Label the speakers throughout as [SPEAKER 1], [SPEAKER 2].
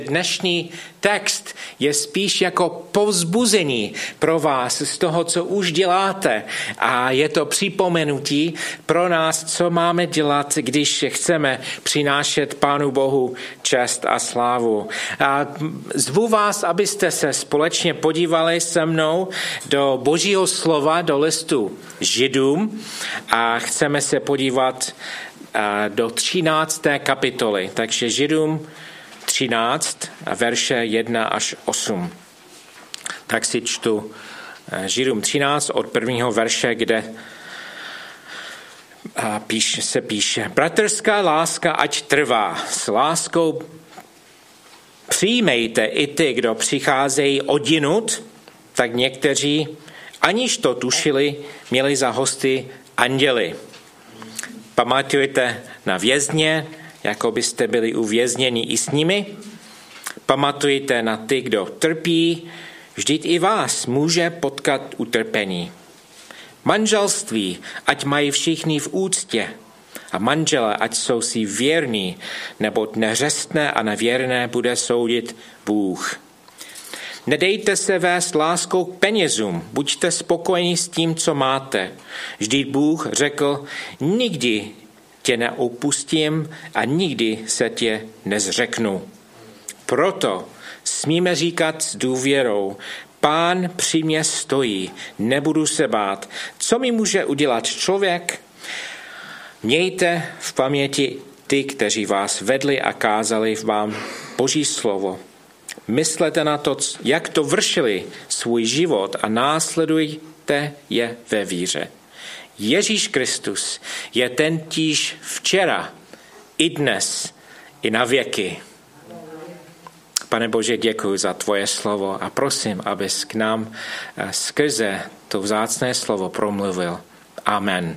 [SPEAKER 1] Dnešní text je spíš jako povzbuzení pro vás z toho, co už děláte. A je to připomenutí pro nás, co máme dělat, když chceme přinášet Pánu Bohu čest a slávu. A zvu vás, abyste se společně podívali se mnou do Božího slova, do listu Židům. A chceme se podívat do 13. kapitoly. Takže Židům 13, verše 1 až 8. Tak si čtu Židům 13 od prvního verše, kde se píše: Bratrská láska ať trvá, s láskou přijmejte i ty, kdo přicházejí odjinud, tak někteří, aniž to tušili, měli za hosty anděly. Pamatujte na vězně, jako byste byli uvězněni i s nimi. Pamatujte na ty, kdo trpí, vždyť i vás může potkat utrpení. Manželství, ať mají všichni v úctě, a manžele, ať jsou si věrní, neboť neřestné a nevěrné bude soudit Bůh. Nedejte se vést láskou k penězům, buďte spokojeni s tím, co máte. Vždyť Bůh řekl, nikdy tě neopustím a nikdy se tě nezřeknu. Proto smíme říkat s důvěrou, Pán při mě stojí, nebudu se bát. Co mi může udělat člověk? Mějte v paměti ty, kteří vás vedli a kázali vám Boží slovo. Myslete na to, jak to vršili svůj život a následujte je ve víře. Ježíš Kristus je tentíž včera, i dnes, i na věky. Pane Bože, děkuji za tvoje slovo a prosím, abys k nám skrze to vzácné slovo promluvil. Amen.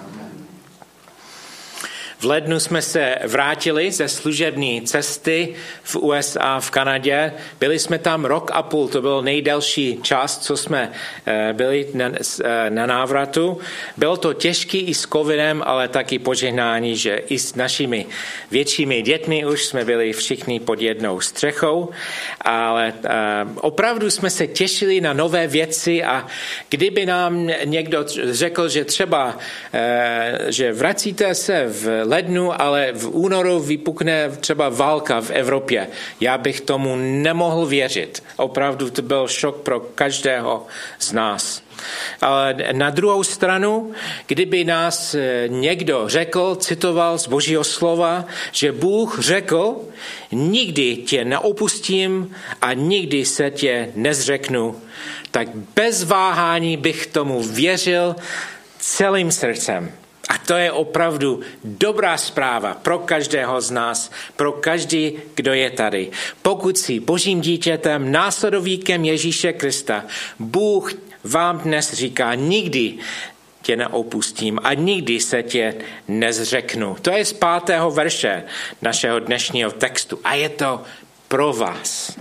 [SPEAKER 1] V lednu jsme se vrátili ze služební cesty v USA, v Kanadě. Byli jsme tam rok a půl, to byl nejdelší čas, co jsme byli na návratu. Bylo to těžký i s covidem, ale taky požehnání, že i s našimi většími dětmi už jsme byli všichni pod jednou střechou. Ale opravdu jsme se těšili na nové věci a kdyby nám někdo řekl, že třeba, že vracíte se v lednu, ale v únoru vypukne třeba válka v Evropě. Já bych tomu nemohl věřit. Opravdu to byl šok pro každého z nás. Ale na druhou stranu, kdyby nás někdo řekl, citoval z Božího slova, že Bůh řekl, nikdy tě neopustím a nikdy se tě nezřeknu, tak bez váhání bych tomu věřil celým srdcem. A to je opravdu dobrá zpráva pro každého z nás, pro každý, kdo je tady. Pokud jsi Božím dítětem, následovníkem Ježíše Krista, Bůh vám dnes říká, nikdy tě neopustím a nikdy se tě nezřeknu. To je z 5. verše našeho dnešního textu a je to pro vás.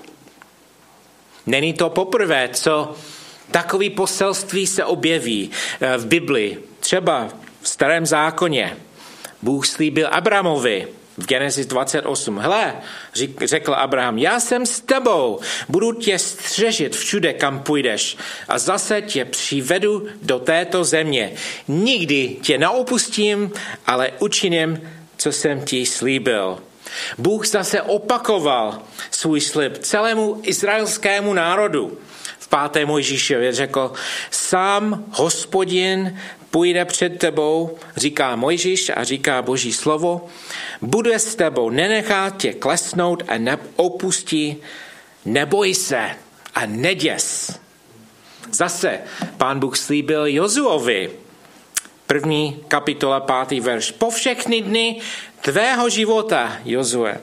[SPEAKER 1] Není to poprvé, co takové poselství se objeví v Biblii. Třeba v Starém zákoně Bůh slíbil Abrahamovi v Genesis 28. Hle, řekl Abraham, já jsem s tebou, budu tě střežit všude, kam půjdeš a zase tě přivedu do této země. Nikdy tě neopustím, ale učiním, co jsem ti slíbil. Bůh zase opakoval svůj slib celému izraelskému národu. V 5. Mojžíšově řekl, sám Hospodin půjde před tebou, říká Mojžíš a říká Boží slovo, bude s tebou, nenechá tě klesnout a neopustí, neboj se a neděs. Zase Pán Bůh slíbil Jozuovi, 1. kapitola 5. verš, po všechny dny tvého života, Jozue,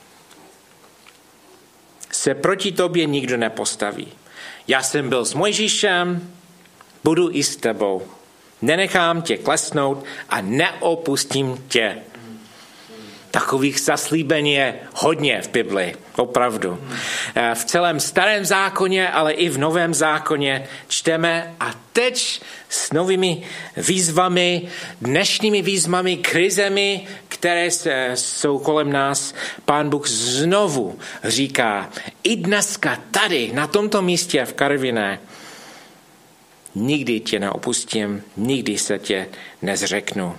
[SPEAKER 1] se proti tobě nikdo nepostaví. Já jsem byl s Mojžíšem, budu i s tebou. Nenechám tě klesnout a neopustím tě. Takových zaslíbení je hodně v Bibli, opravdu. V celém Starém zákoně, ale i v Novém zákoně čteme a teď s novými výzvami, dnešními výzvami, krizemi, které jsou kolem nás, Pán Bůh znovu říká, i dneska tady, na tomto místě v Karviné, nikdy tě neopustím, nikdy se tě nezřeknu.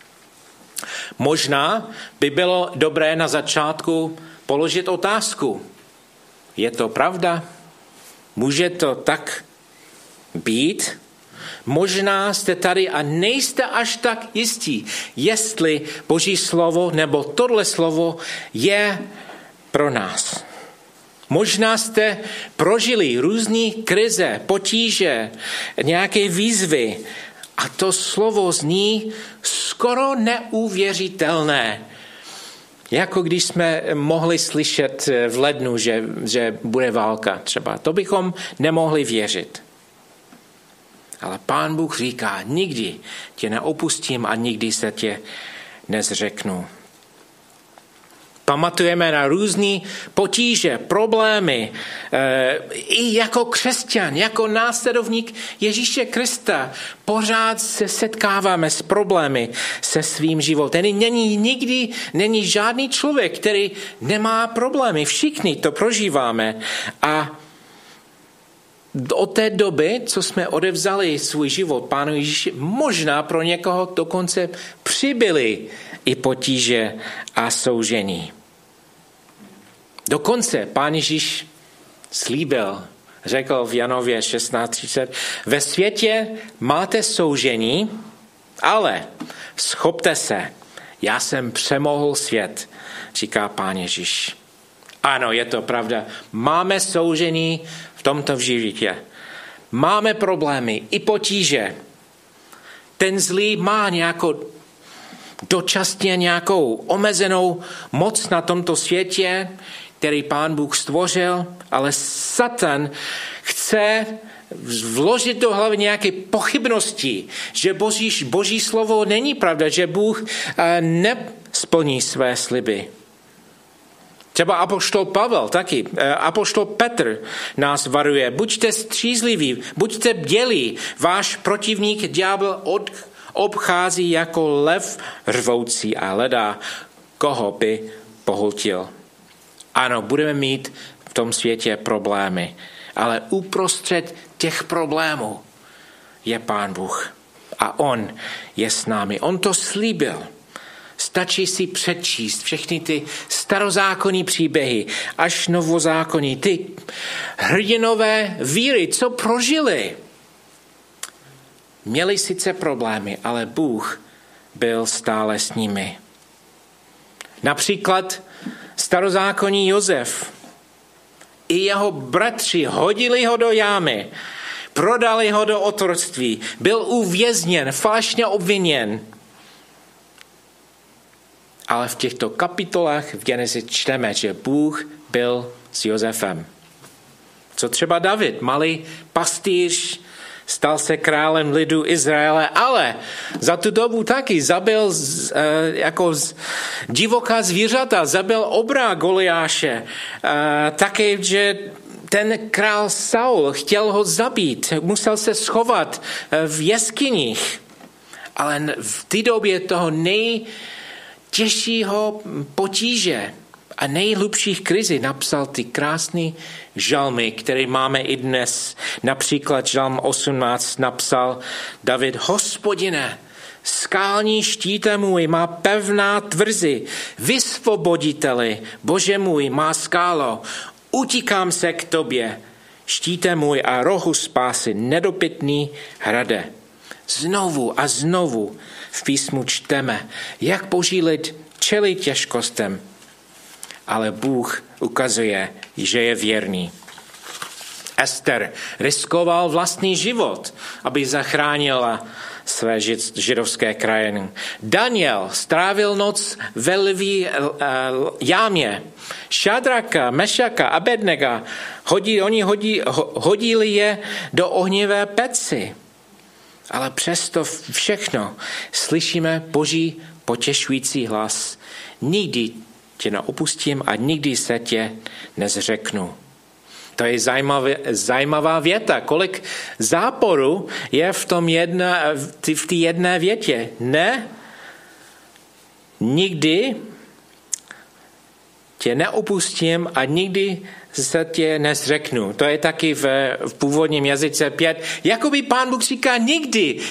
[SPEAKER 1] Možná by bylo dobré na začátku položit otázku. Je to pravda? Může to tak být? Možná jste tady a nejste až tak jistí, jestli Boží slovo nebo tohle slovo je pro nás. Možná jste prožili různé krize, potíže, nějaké výzvy a to slovo zní skoro neuvěřitelné. Jako když jsme mohli slyšet v lednu, že bude válka třeba. To bychom nemohli věřit. Ale Pán Bůh říká, nikdy tě neopustím a nikdy se tě nezřeknu. Pamatujeme na různé potíže, problémy. I jako křesťan, jako následovník Ježíše Krista pořád se setkáváme s problémy se svým životem. Není žádný člověk, který nemá problémy. Všichni to prožíváme. A od té doby, co jsme odevzali svůj život Pánu Ježíši, možná pro někoho dokonce přibyly i potíže a soužení. Dokonce Pán Ježíš slíbil, řekl v Janově 16:30, ve světě máte soužení, ale schopte se, já jsem přemohl svět, říká Pán Ježíš. Ano, je to pravda. Máme soužení v tomto životě. Máme problémy i potíže. Ten zlý má dočasně nějakou omezenou moc na tomto světě, který Pán Bůh stvořil, ale Satan chce vložit do hlavy nějaké pochybnosti, že Boží slovo není pravda, že Bůh nesplní své sliby. Třeba apoštol Pavel taky, apoštol Petr nás varuje, buďte střízliví, buďte bdělí, váš protivník ďábel obchází jako lev rvoucí a hledá, koho by pohltil. Ano, budeme mít v tom světě problémy, ale uprostřed těch problémů je Pán Bůh a on je s námi. On to slíbil. Stačí si přečíst všechny ty starozákonní příběhy, až novozákonní, ty hrdinové víry, co prožili. Měli sice problémy, ale Bůh byl stále s nimi. Například starozákonní Josef. I jeho bratři hodili ho do jámy, prodali ho do otroctví, byl uvězněn, falešně obviněn. Ale v těchto kapitolách v Genezi čteme, že Bůh byl s Josefem. Co třeba David, malý pastýř, stal se králem lidu Izraele, ale za tu dobu taky zabil jako divoká zvířata, zabil obra Goliáše. Taky, že ten král Saul chtěl ho zabít, musel se schovat v jeskyních. Ale v té době toho nejtěžšího potíže a nejhlubších krizi napsal ty krásné žalmy, které máme i dnes. Například žalm 18 napsal David: Hospodine, skální štíte můj, má pevná tvrzi, vysvoboditeli, Bože můj, má skálo, utíkám se k tobě, štíte můj a rohu spásy, nedopitný hrade. Znovu a znovu v písmu čteme, jak Boží lid čelí těžkostem, ale Bůh ukazuje, že je věrný. Ester riskoval vlastní život, aby zachránila své židovské krajiny. Daniel strávil noc ve lví jámě. Šadraka, Mešaka, Abednega hodili je do ohnivé peci. Ale přesto všechno slyšíme Boží potěšující hlas. nikdy tě neopustím a nikdy se tě nezřeknu. To je zajímavá věta. Kolik záporu je v té jedné větě. Ne, nikdy tě neopustím a nikdy se tě nezřeknu. To je taky v původním jazyce 5. Jakoby Pán Bůh říká nikdy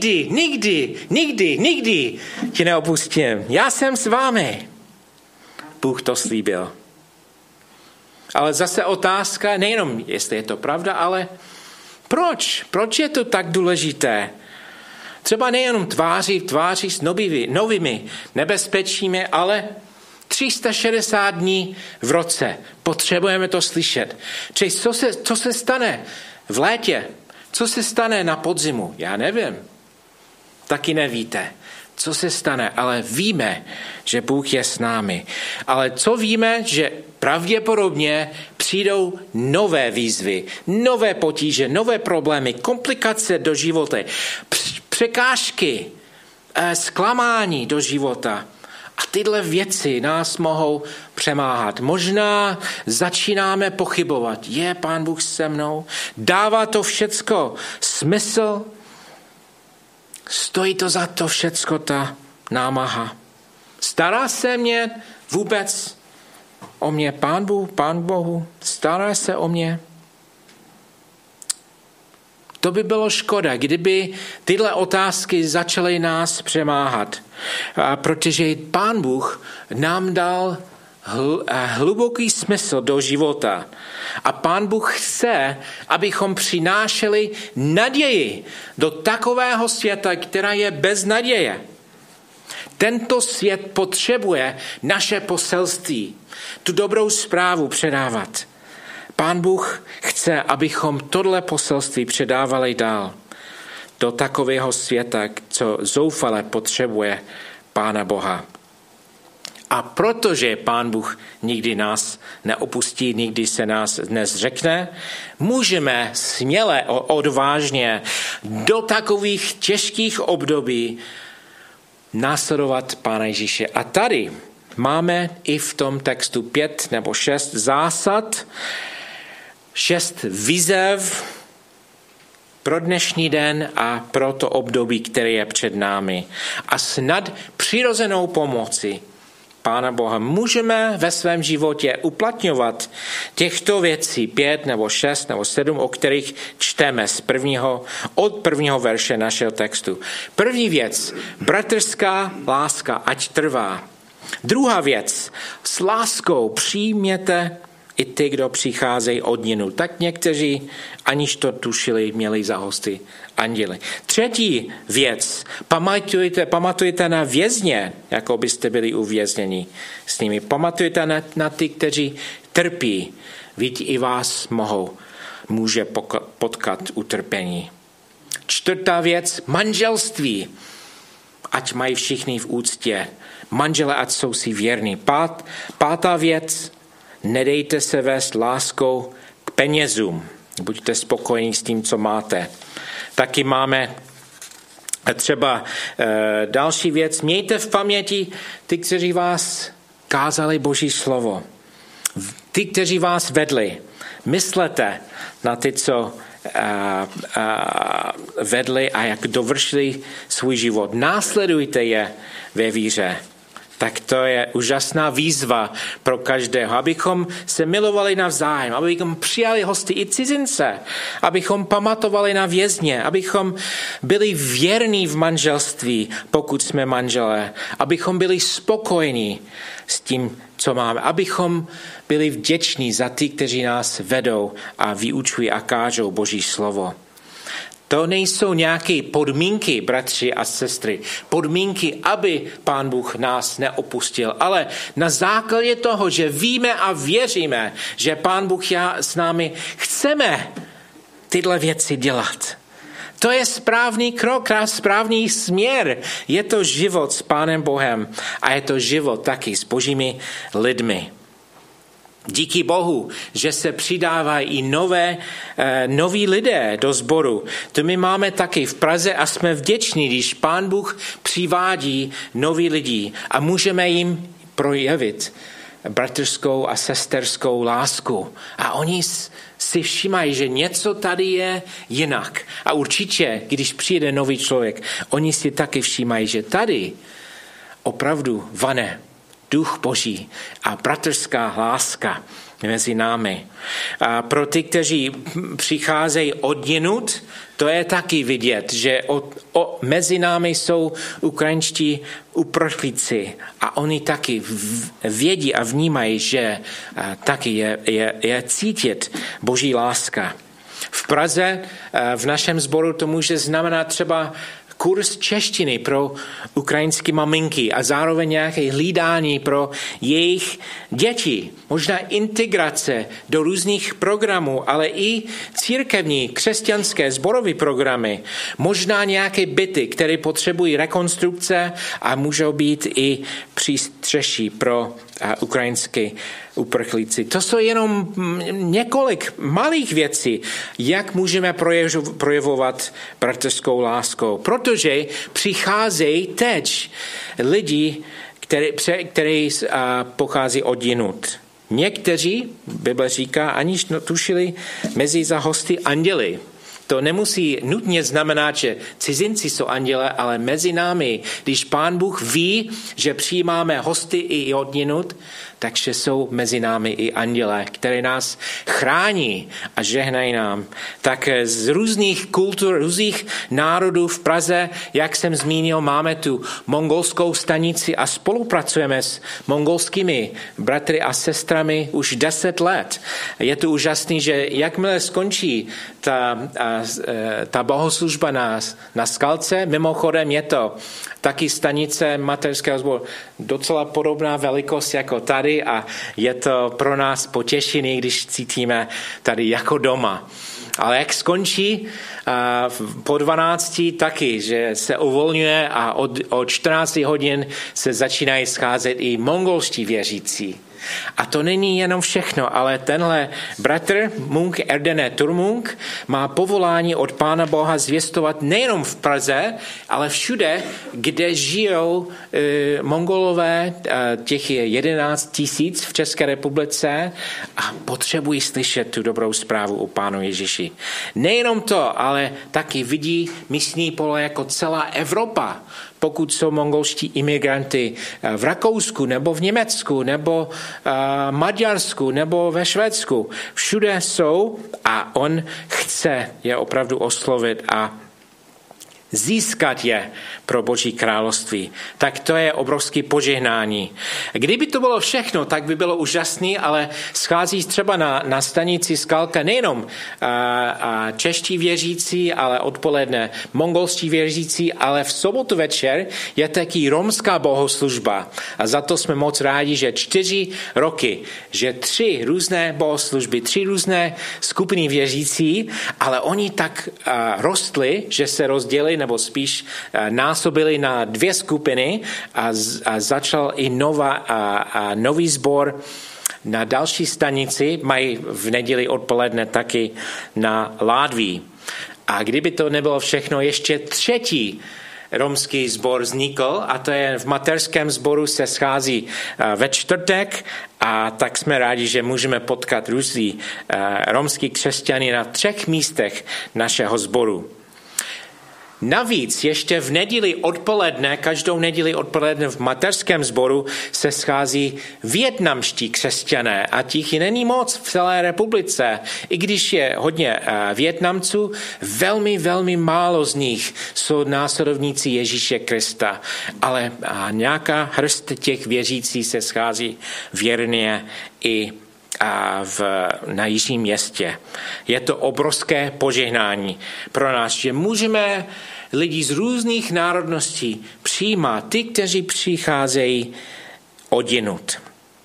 [SPEAKER 1] tě neopustím. Já jsem s vámi. Bůh to slíbil. Ale zase otázka, nejenom jestli je to pravda, ale proč? Proč je to tak důležité? Třeba nejenom tváří s novými nebezpečími, ale 360 dní v roce. Potřebujeme to slyšet. Čili co se stane v létě? Co se stane na podzimu? Já nevím. Taky nevíte, co se stane, ale víme, že Bůh je s námi. Ale co víme, že pravděpodobně přijdou nové výzvy, nové potíže, nové problémy, komplikace do života, překážky, zklamání do života. A tyhle věci nás mohou přemáhat. Možná začínáme pochybovat. Je Pán Bůh se mnou? Dává to všecko smysl? Stojí to za to všecko ta námaha? Stará se mě vůbec o mě Pán Bohu? Stará se o mě? To by bylo škoda, kdyby tyhle otázky začaly nás přemáhat. Protože Pán Bůh nám dal hluboký smysl do života. A Pán Bůh chce, abychom přinášeli naději do takového světa, která je bez naděje. Tento svět potřebuje naše poselství, tu dobrou zprávu předávat. Pán Bůh chce, abychom tohle poselství předávali dál do takového světa, co zoufale potřebuje Pána Boha. A protože Pán Bůh nikdy nás neopustí, nikdy se nás nezřekne, můžeme směle, odvážně do takových těžkých období následovat Pána Ježíše. A tady máme i v tom textu 5 nebo 6 zásad, 6 výzev pro dnešní den a pro to období, které je před námi. A snad přirozenou pomoci Pána Boha můžeme ve svém životě uplatňovat těchto věcí 5 nebo 6 nebo 7, o kterých čteme od prvního verše našeho textu. První věc, bratrská láska, ať trvá. Druhá věc, s láskou přijměte i ty, kdo přicházejí od jinu. Tak někteří, aniž to tušili, měli za hosty anděli. Třetí věc, pamatujte na vězně, jako byste byli uvězněni s nimi. Pamatujte na ty, kteří trpí. Víte, i vás může potkat utrpení. Čtvrtá věc, manželství. Ať mají všichni v úctě. Manžele, ať jsou si věrní. Pátá věc, nedejte se vést láskou k penězům. Buďte spokojení s tím, co máte. Taky máme třeba další věc. Mějte v paměti ty, kteří vás kázali Boží slovo. Ty, kteří vás vedli. Myslete na ty, co vedli a jak dovršili svůj život. Následujte je ve víře. Tak to je úžasná výzva pro každého, abychom se milovali navzájem, abychom přijali hosty i cizince, abychom pamatovali na vězně, abychom byli věrní v manželství, pokud jsme manželé, abychom byli spokojení s tím, co máme, abychom byli vděční za ty, kteří nás vedou a vyučují a kážou Boží slovo. To nejsou nějaké podmínky, bratři a sestry, podmínky, aby Pán Bůh nás neopustil, ale na základě toho, že víme a věříme, že Pán Bůh s námi chceme tyhle věci dělat. To je správný krok, správný směr. Je to život s Pánem Bohem a je to život taky s božími lidmi. Díky Bohu, že se přidávají i noví lidé do sboru. To my máme taky v Praze a jsme vděční, když Pán Bůh přivádí noví lidi a můžeme jim projevit bratrskou a sesterskou lásku. A oni si všímají, že něco tady je jinak. A určitě, když přijde nový člověk, oni si taky všímají, že tady opravdu vane duch Boží a bratrská láska mezi námi. A pro ty, kteří přicházejí odjinud, to je taky vidět, že mezi námi jsou ukrajinští uprchlíci a oni taky vědí a vnímají, že taky je cítit Boží láska. V Praze v našem sboru to může znamenat třeba kurz češtiny pro ukrajinské maminky a zároveň nějaké hlídání pro jejich děti. Možná integrace do různých programů, ale i církevní, křesťanské, sborové programy. Možná nějaké byty, které potřebují rekonstrukce a můžou být i přístřeší pro ukrajinské uprchlíci. To jsou jenom několik malých věcí, jak můžeme projevovat bratrskou láskou. Protože přicházejí teď lidi, kteří pochází odjinud. Někteří, Bible říká, aniž tušili mezi za hosty anděli. To nemusí nutně znamenat, že cizinci jsou anděle, ale mezi námi, když Pán Bůh ví, že přijímáme hosty i odjinud, takže jsou mezi námi i anděle, které nás chrání a žehnají nám. Tak z různých kultur, různých národů v Praze, jak jsem zmínil, máme tu mongolskou stanici a spolupracujeme s mongolskými bratry a sestrami už 10 let. Je to úžasný, že jakmile skončí ta bohoslužba na Skalce, mimochodem je to taky stanice materského sboru, docela podobná velikost jako tady a je to pro nás potěšení, když cítíme tady jako doma. Ale jak skončí po 12 taky, že se uvolňuje a od 14 hodin se začínají scházet i mongolští věřící. A to není jenom všechno, ale tenhle bratr, munk Erdene Turmunk, má povolání od Pána Boha zvěstovat nejenom v Praze, ale všude, kde žijou Mongolové, těch je 11 000 v České republice a potřebují slyšet tu dobrou zprávu o Pánu Ježíši. Nejenom to, ale taky vidí místní pole jako celá Evropa. Pokud jsou mongolští imigranty v Rakousku, nebo v Německu, nebo Maďarsku, nebo ve Švédsku. Všude jsou a on chce je opravdu oslovit a získat je pro Boží království. Tak to je obrovské požehnání. Kdyby to bylo všechno, tak by bylo úžasný, ale schází třeba na stanici Skalka nejenom čeští věřící, ale odpoledne mongolští věřící, ale v sobotu večer je taky romská bohoslužba. A za to jsme moc rádi, že 4 roky, že 3 různé bohoslužby, 3 různé skupiny věřící, ale oni tak rostli, že se rozdělili nebo spíš násobili na 2 skupiny a začal i nový sbor na další stanici, mají v neděli odpoledne taky na Ládví. A kdyby to nebylo všechno, ještě 3. romský sbor vznikl a to je v materském sboru se schází ve čtvrtek a tak jsme rádi, že můžeme potkat různý romský křesťany na 3 místech našeho sboru. Navíc ještě v neděli odpoledne, každou neděli odpoledne v mateřském sboru se schází vietnamští křesťané a těch není moc v celé republice. I když je hodně Vietnamců, velmi, velmi málo z nich jsou následovníci Ježíše Krista. Ale nějaká hrst těch věřící se schází věrně i na jižním městě. Je to obrovské požehnání pro nás, že můžeme lidi z různých národností přijímat, ty, kteří přicházejí odjinud.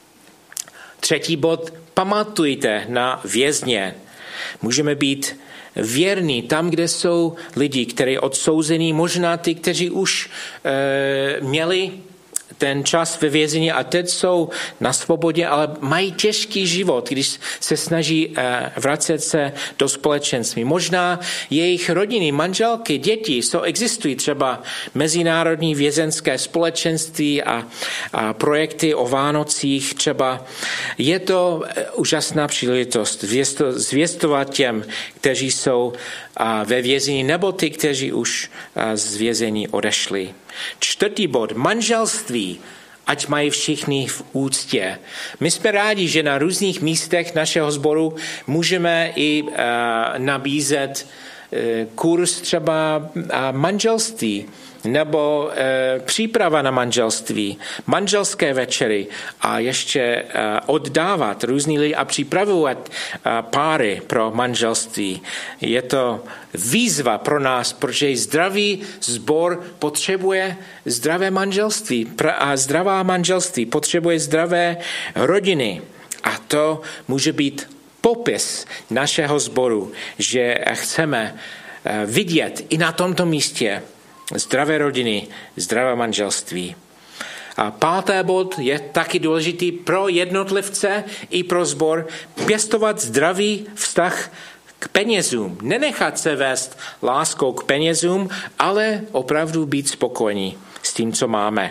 [SPEAKER 1] 3. bod, pamatujte na vězně. Můžeme být věrní tam, kde jsou lidi, kteří odsouzení, možná ty, kteří už měli ten čas ve vězení a teď jsou na svobodě, ale mají těžký život, když se snaží vracet se do společenství. Možná jejich rodiny, manželky, děti, existují třeba mezinárodní vězenské společenství a projekty o Vánocích třeba. Je to úžasná příležitost zvěstovat těm, kteří jsou ve vězení, nebo ty, kteří už z vězení odešli. 4. bod, manželství, ať mají všichni v úctě. My jsme rádi, že na různých místech našeho sboru můžeme i nabízet kurz třeba manželství nebo příprava na manželství, manželské večery a ještě oddávat různý lidi a připravovat páry pro manželství. Je to výzva pro nás, protože zdravý sbor potřebuje zdravé manželství a zdravá manželství potřebuje zdravé rodiny. A to může být popis našeho sboru, že chceme vidět i na tomto místě zdravé rodiny, zdravé manželství. A 5. bod je taky důležitý pro jednotlivce i pro sbor, pěstovat zdravý vztah k penězům. Nenechat se vést láskou k penězům, ale opravdu být spokojení s tím, co máme.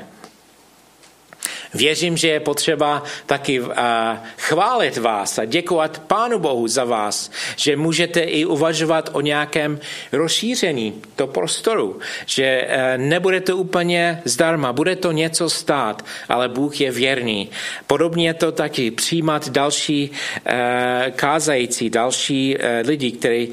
[SPEAKER 1] Věřím, že je potřeba taky chválit vás a děkovat Pánu Bohu za vás, že můžete i uvažovat o nějakém rozšíření toho prostoru, že nebude to úplně zdarma, bude to něco stát, ale Bůh je věrný. Podobně to taky přijímat další kázající, další lidi,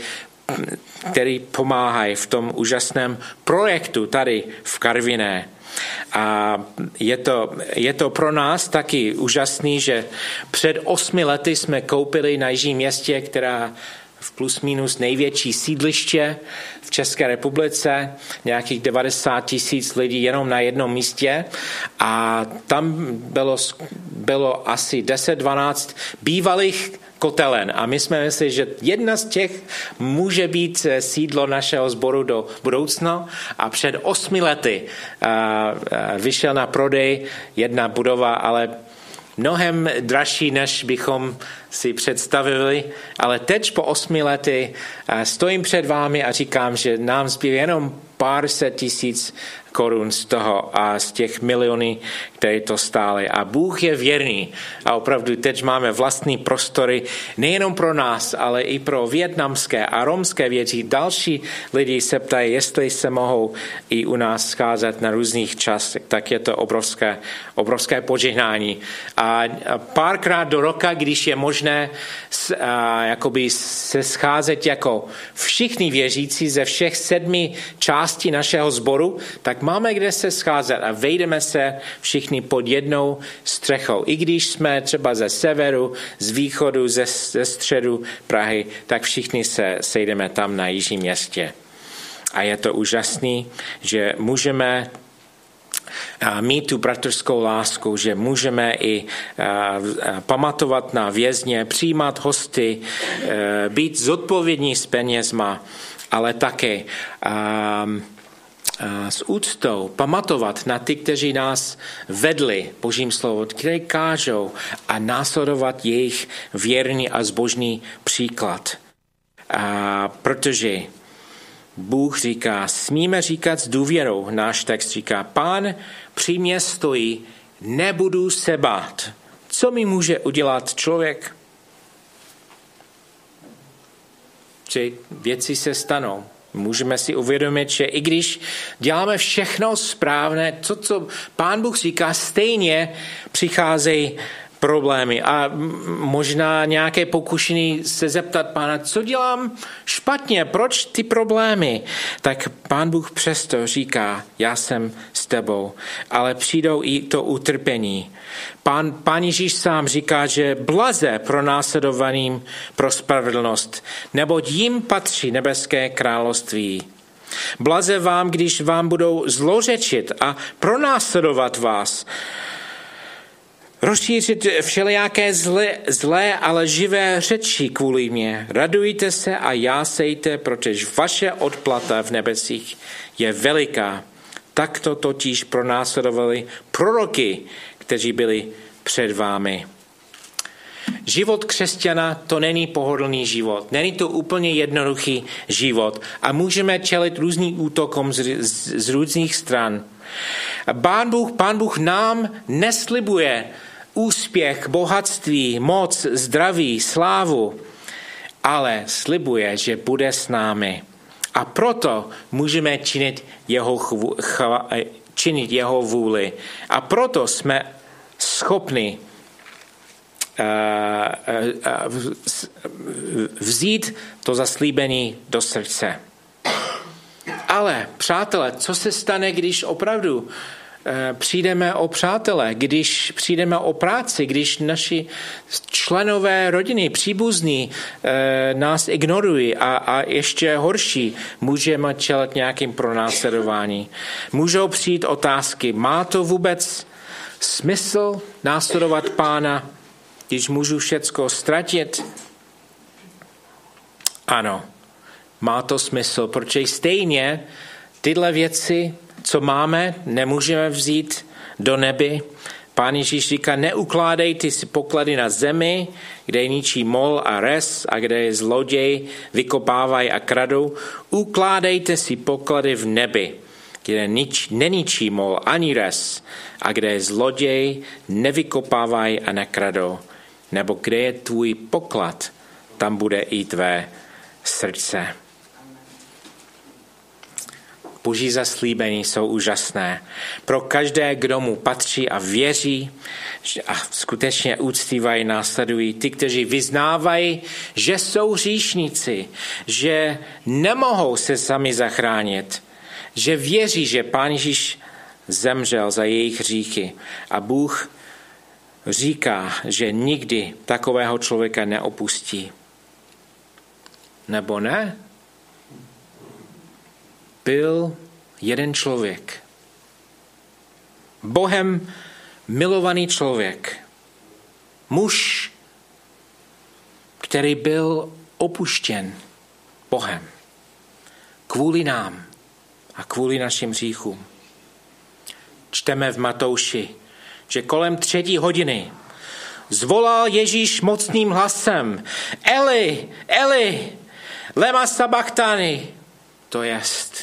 [SPEAKER 1] který pomáhají v tom úžasném projektu tady v Karviné. A je to pro nás taky úžasný, že před 8 lety jsme koupili na Jižním Městě, která v plus minus největší sídliště v České republice, nějakých 90 000 lidí jenom na jednom místě a tam bylo asi 10-12 bývalých kotelen a my jsme mysleli, že jedna z těch může být sídlo našeho sboru do budoucna a před 8 lety vyšel na prodej jedna budova, ale mnohem dražší, než bychom si představili, ale teď po 8 lety stojím před vámi a říkám, že nám zbývá jenom pár set tisíc korun z toho a z těch milionů, které to stály. A Bůh je věrný a opravdu teď máme vlastní prostory nejenom pro nás, ale i pro vietnamské a romské věci. Další lidi se ptají, jestli se mohou i u nás scházet na různých časech, tak je to obrovské požehnání. A párkrát do roka, když je možné jakoby se scházet jako všichni věřící ze všech 7 částí našeho sboru, tak máme kde se scházet a vejdeme se všichni pod jednou střechou. I když jsme třeba ze severu, z východu, ze středu Prahy, tak všichni se sejdeme tam na Jižním Městě. A je to úžasný, že můžeme mít tu bratrskou lásku, že můžeme i pamatovat na vězně, přijímat hosty, být zodpovědní s penězma, ale také s úctou pamatovat na ty, kteří nás vedli Božím slovo, které kážou a následovat jejich věrný a zbožný příklad. Protože Bůh říká, smíme říkat s důvěrou, náš text říká, Pán při mě stojí, nebudu se bát. Co mi může udělat člověk? Že věci se stanou. Můžeme si uvědomit, že i když děláme všechno správné, co Pán Bůh říká, stejně přicházejí problémy a možná nějaké pokušení se zeptat Pána, co dělám špatně, proč ty problémy? Tak Pán Bůh přesto říká, já jsem s tebou, ale přijdou i to utrpení. Pán Ježíš sám říká, že blaze pro následovaným pro spravedlnost, neboť jim patří nebeské království. Blaze vám, když vám budou zlořečit a pronásledovat vás, rozšířit všelijaké zlé, ale živé řeči kvůli mě. Radujte se a jásejte, protože vaše odplata v nebesích je veliká. Takto totiž pronásledovali proroky, kteří byli před vámi. Život křesťana to není pohodlný život. Není to úplně jednoduchý život a můžeme čelit různým útokům z různých stran. Pán Bůh nám neslibuje úspěch, bohatství, moc, zdraví, slávu, ale slibuje, že bude s námi. A proto můžeme činit jeho vůli. A proto jsme schopni vzít to zaslíbení do srdce. Ale přátelé, co se stane, když opravdu přijdeme o přátele, když přijdeme o práci, když naši členové rodiny, příbuzní nás ignorují a ještě horší, můžeme čelit nějakým pronásledování. Můžou přijít otázky, má to vůbec smysl následovat Pána, když můžu všecko ztratit? Ano, má to smysl, protože stejně tyhle věci, co máme, nemůžeme vzít do nebe. Pán Ježíš říká, neukládejte si poklady na zemi, kde je ničí mol a res a kde je zloděj, vykopávají a kradou. Ukládejte si poklady v nebi, kde neničí mol ani res a kde je zloděj, nevykopávají a nekradou. Nebo kde je tvůj poklad, tam bude i tvé srdce. Boží zaslíbení jsou úžasné. Pro každé, kdo mu patří a věří a skutečně uctívají, následují. Ty, kteří vyznávají, že jsou hříšníci, že nemohou se sami zachránit, že věří, že Pán Ježíš zemřel za jejich hříchy. A Bůh říká, že nikdy takového člověka neopustí. Nebo ne? Byl jeden člověk. Bohem milovaný člověk. Muž, který byl opuštěn Bohem. Kvůli nám a kvůli našim hříchům. Čteme v Matouši, že kolem 3. hodiny zvolal Ježíš mocným hlasem: Eli, Eli, lema sabachthani, to jest: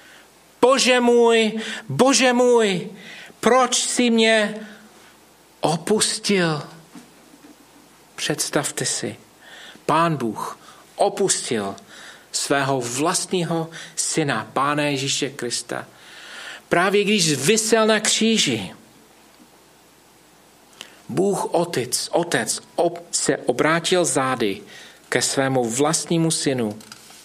[SPEAKER 1] Bože můj, proč jsi mě opustil? Představte si, Pán Bůh opustil svého vlastního syna, Pána Ježíše Krista, právě když visel na kříži. Bůh Otec se obrátil zády ke svému vlastnímu synu.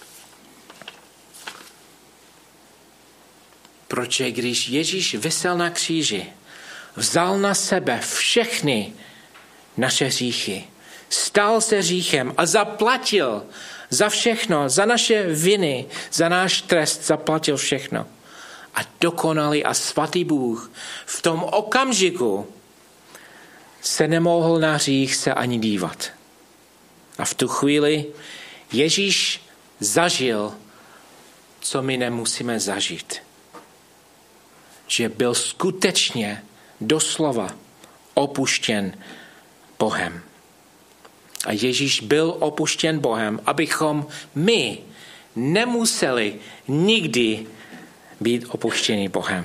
[SPEAKER 1] Protože když Ježíš visel na kříži, vzal na sebe všechny naše hříchy, stal se hříchem a zaplatil za všechno, za naše viny, za náš trest, zaplatil všechno. A dokonalý a svatý Bůh v tom okamžiku se nemohl na hřích se ani dívat. A v tu chvíli Ježíš zažil, co my nemusíme zažít. Že byl skutečně doslova opuštěn Bohem. A Ježíš byl opuštěn Bohem, abychom my nemuseli nikdy být opuštěni Bohem.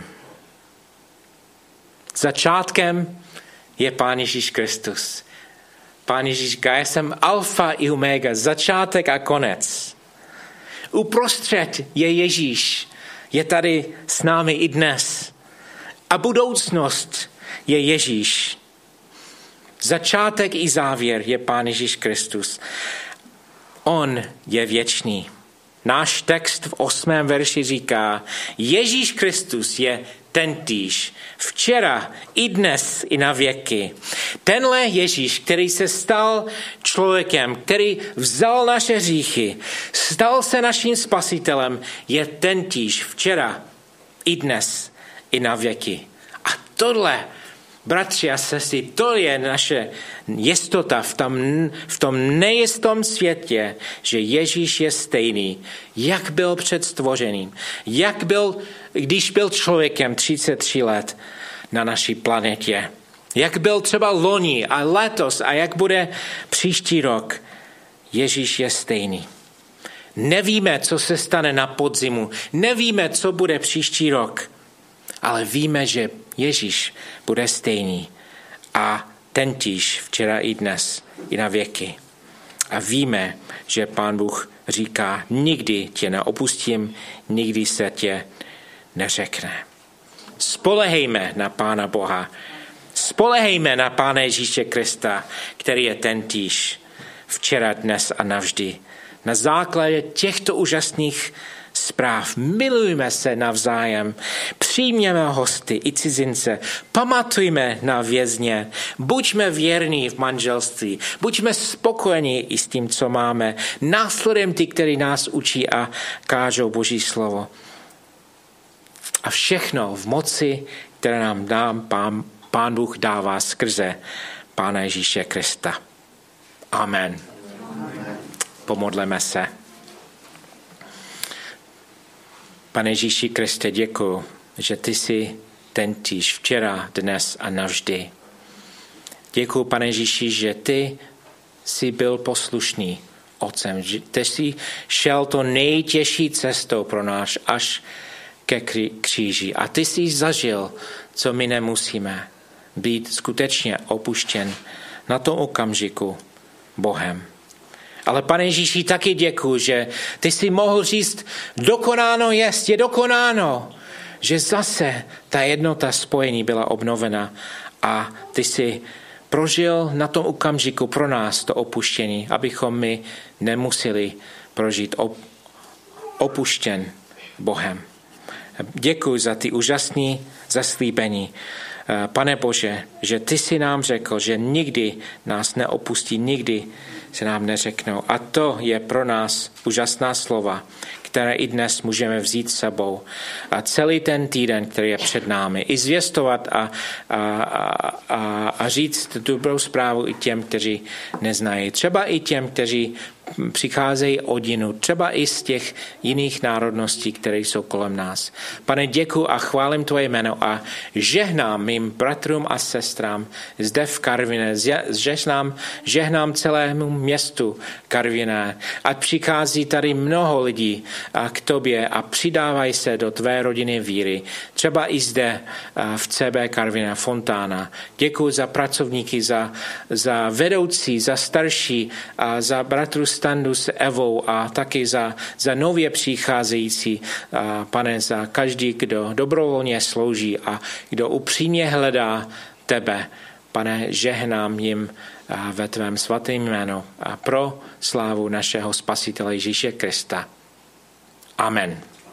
[SPEAKER 1] Začátkem je Pán Ježíš Kristus. Pán Ježíš říká, já jsem alfa i omega, začátek a konec. Uprostřed je Ježíš, je tady s námi i dnes. A budoucnost je Ježíš. Začátek i závěr je Pán Ježíš Kristus. On je věčný. Náš text v 8. verši říká, Ježíš Kristus je tentýž, včera, i dnes, i na věky. Tenhle Ježíš, který se stal člověkem, který vzal naše hříchy, stal se naším spasitelem, je tentýž, včera, i dnes, i na věky. A tohle Bratři a sestry, to je naše jistota v tom nejistom světě, že Ježíš je stejný, jak byl před stvořením, jak byl, když byl člověkem 33 let na naší planetě, jak byl třeba loni a letos a jak bude příští rok. Ježíš je stejný. Nevíme, co se stane na podzimu, nevíme, co bude příští rok, ale víme, že Ježíš bude stejný a tentýž včera i dnes, i na věky. A víme, že Pán Bůh říká, nikdy tě neopustím, nikdy se tě neřekne. Spolehejme na Pána Boha, spolehejme na Pána Ježíše Krista, který je tentýž včera, dnes a navždy. Na základě těchto úžasných zpráv milujme se navzájem, přijměme hosty i cizince, pamatujme na vězně, buďme věrní v manželství, buďme spokojení i s tím, co máme, následujeme ty, kteří nás učí a kážou Boží slovo. A všechno v moci, které nám Pán Bůh dává skrze Pána Ježíše Krista. Amen. Pomodleme se. Pane Ježíši Kriste, děkuji, že ty jsi tentýž včera, dnes a navždy. Děkuji, Pane Ježíši, že ty jsi byl poslušný Otcem, že ty jsi šel to nejtěžší cestou pro nás až ke kříži. A ty jsi zažil, co my nemusíme, být skutečně opuštěn na tom okamžiku Bohem. Ale Pane Ježíši, taky děkuji, že ty jsi mohl říct, dokonáno jest, je dokonáno, že zase ta jednota spojení byla obnovena a ty jsi prožil na tom okamžiku pro nás to opuštění, abychom my nemuseli prožít opuštěn Bohem. Děkuji za ty úžasné zaslíbení. Pane Bože, že ty jsi nám řekl, že nikdy nás neopustí, nikdy se nám neřeknou. A to je pro nás úžasná slova, které i dnes můžeme vzít s sebou. A celý ten týden, který je před námi, i zvěstovat a říct dobrou zprávu i těm, kteří neznají. Třeba i těm, kteří přicházejí odinu, třeba i z těch jiných národností, které jsou kolem nás. Pane, děkuji a chválím tvoje jméno a žehnám mým bratrům a sestrám zde v Karviné, žehnám celému městu Karviné. Ať přichází tady mnoho lidí k tobě a přidávají se do tvé rodiny víry. Třeba i zde v CB Karviné Fontána. Děkuji za pracovníky, za vedoucí, za starší, a za bratru Standu s Evou a taky za nově přicházející, Pane, za každý, kdo dobrovolně slouží a kdo upřímně hledá tebe. Pane, žehnám jim ve tvém svatém jménu a pro slávu našeho Spasitele Ježíše Krista. Amen.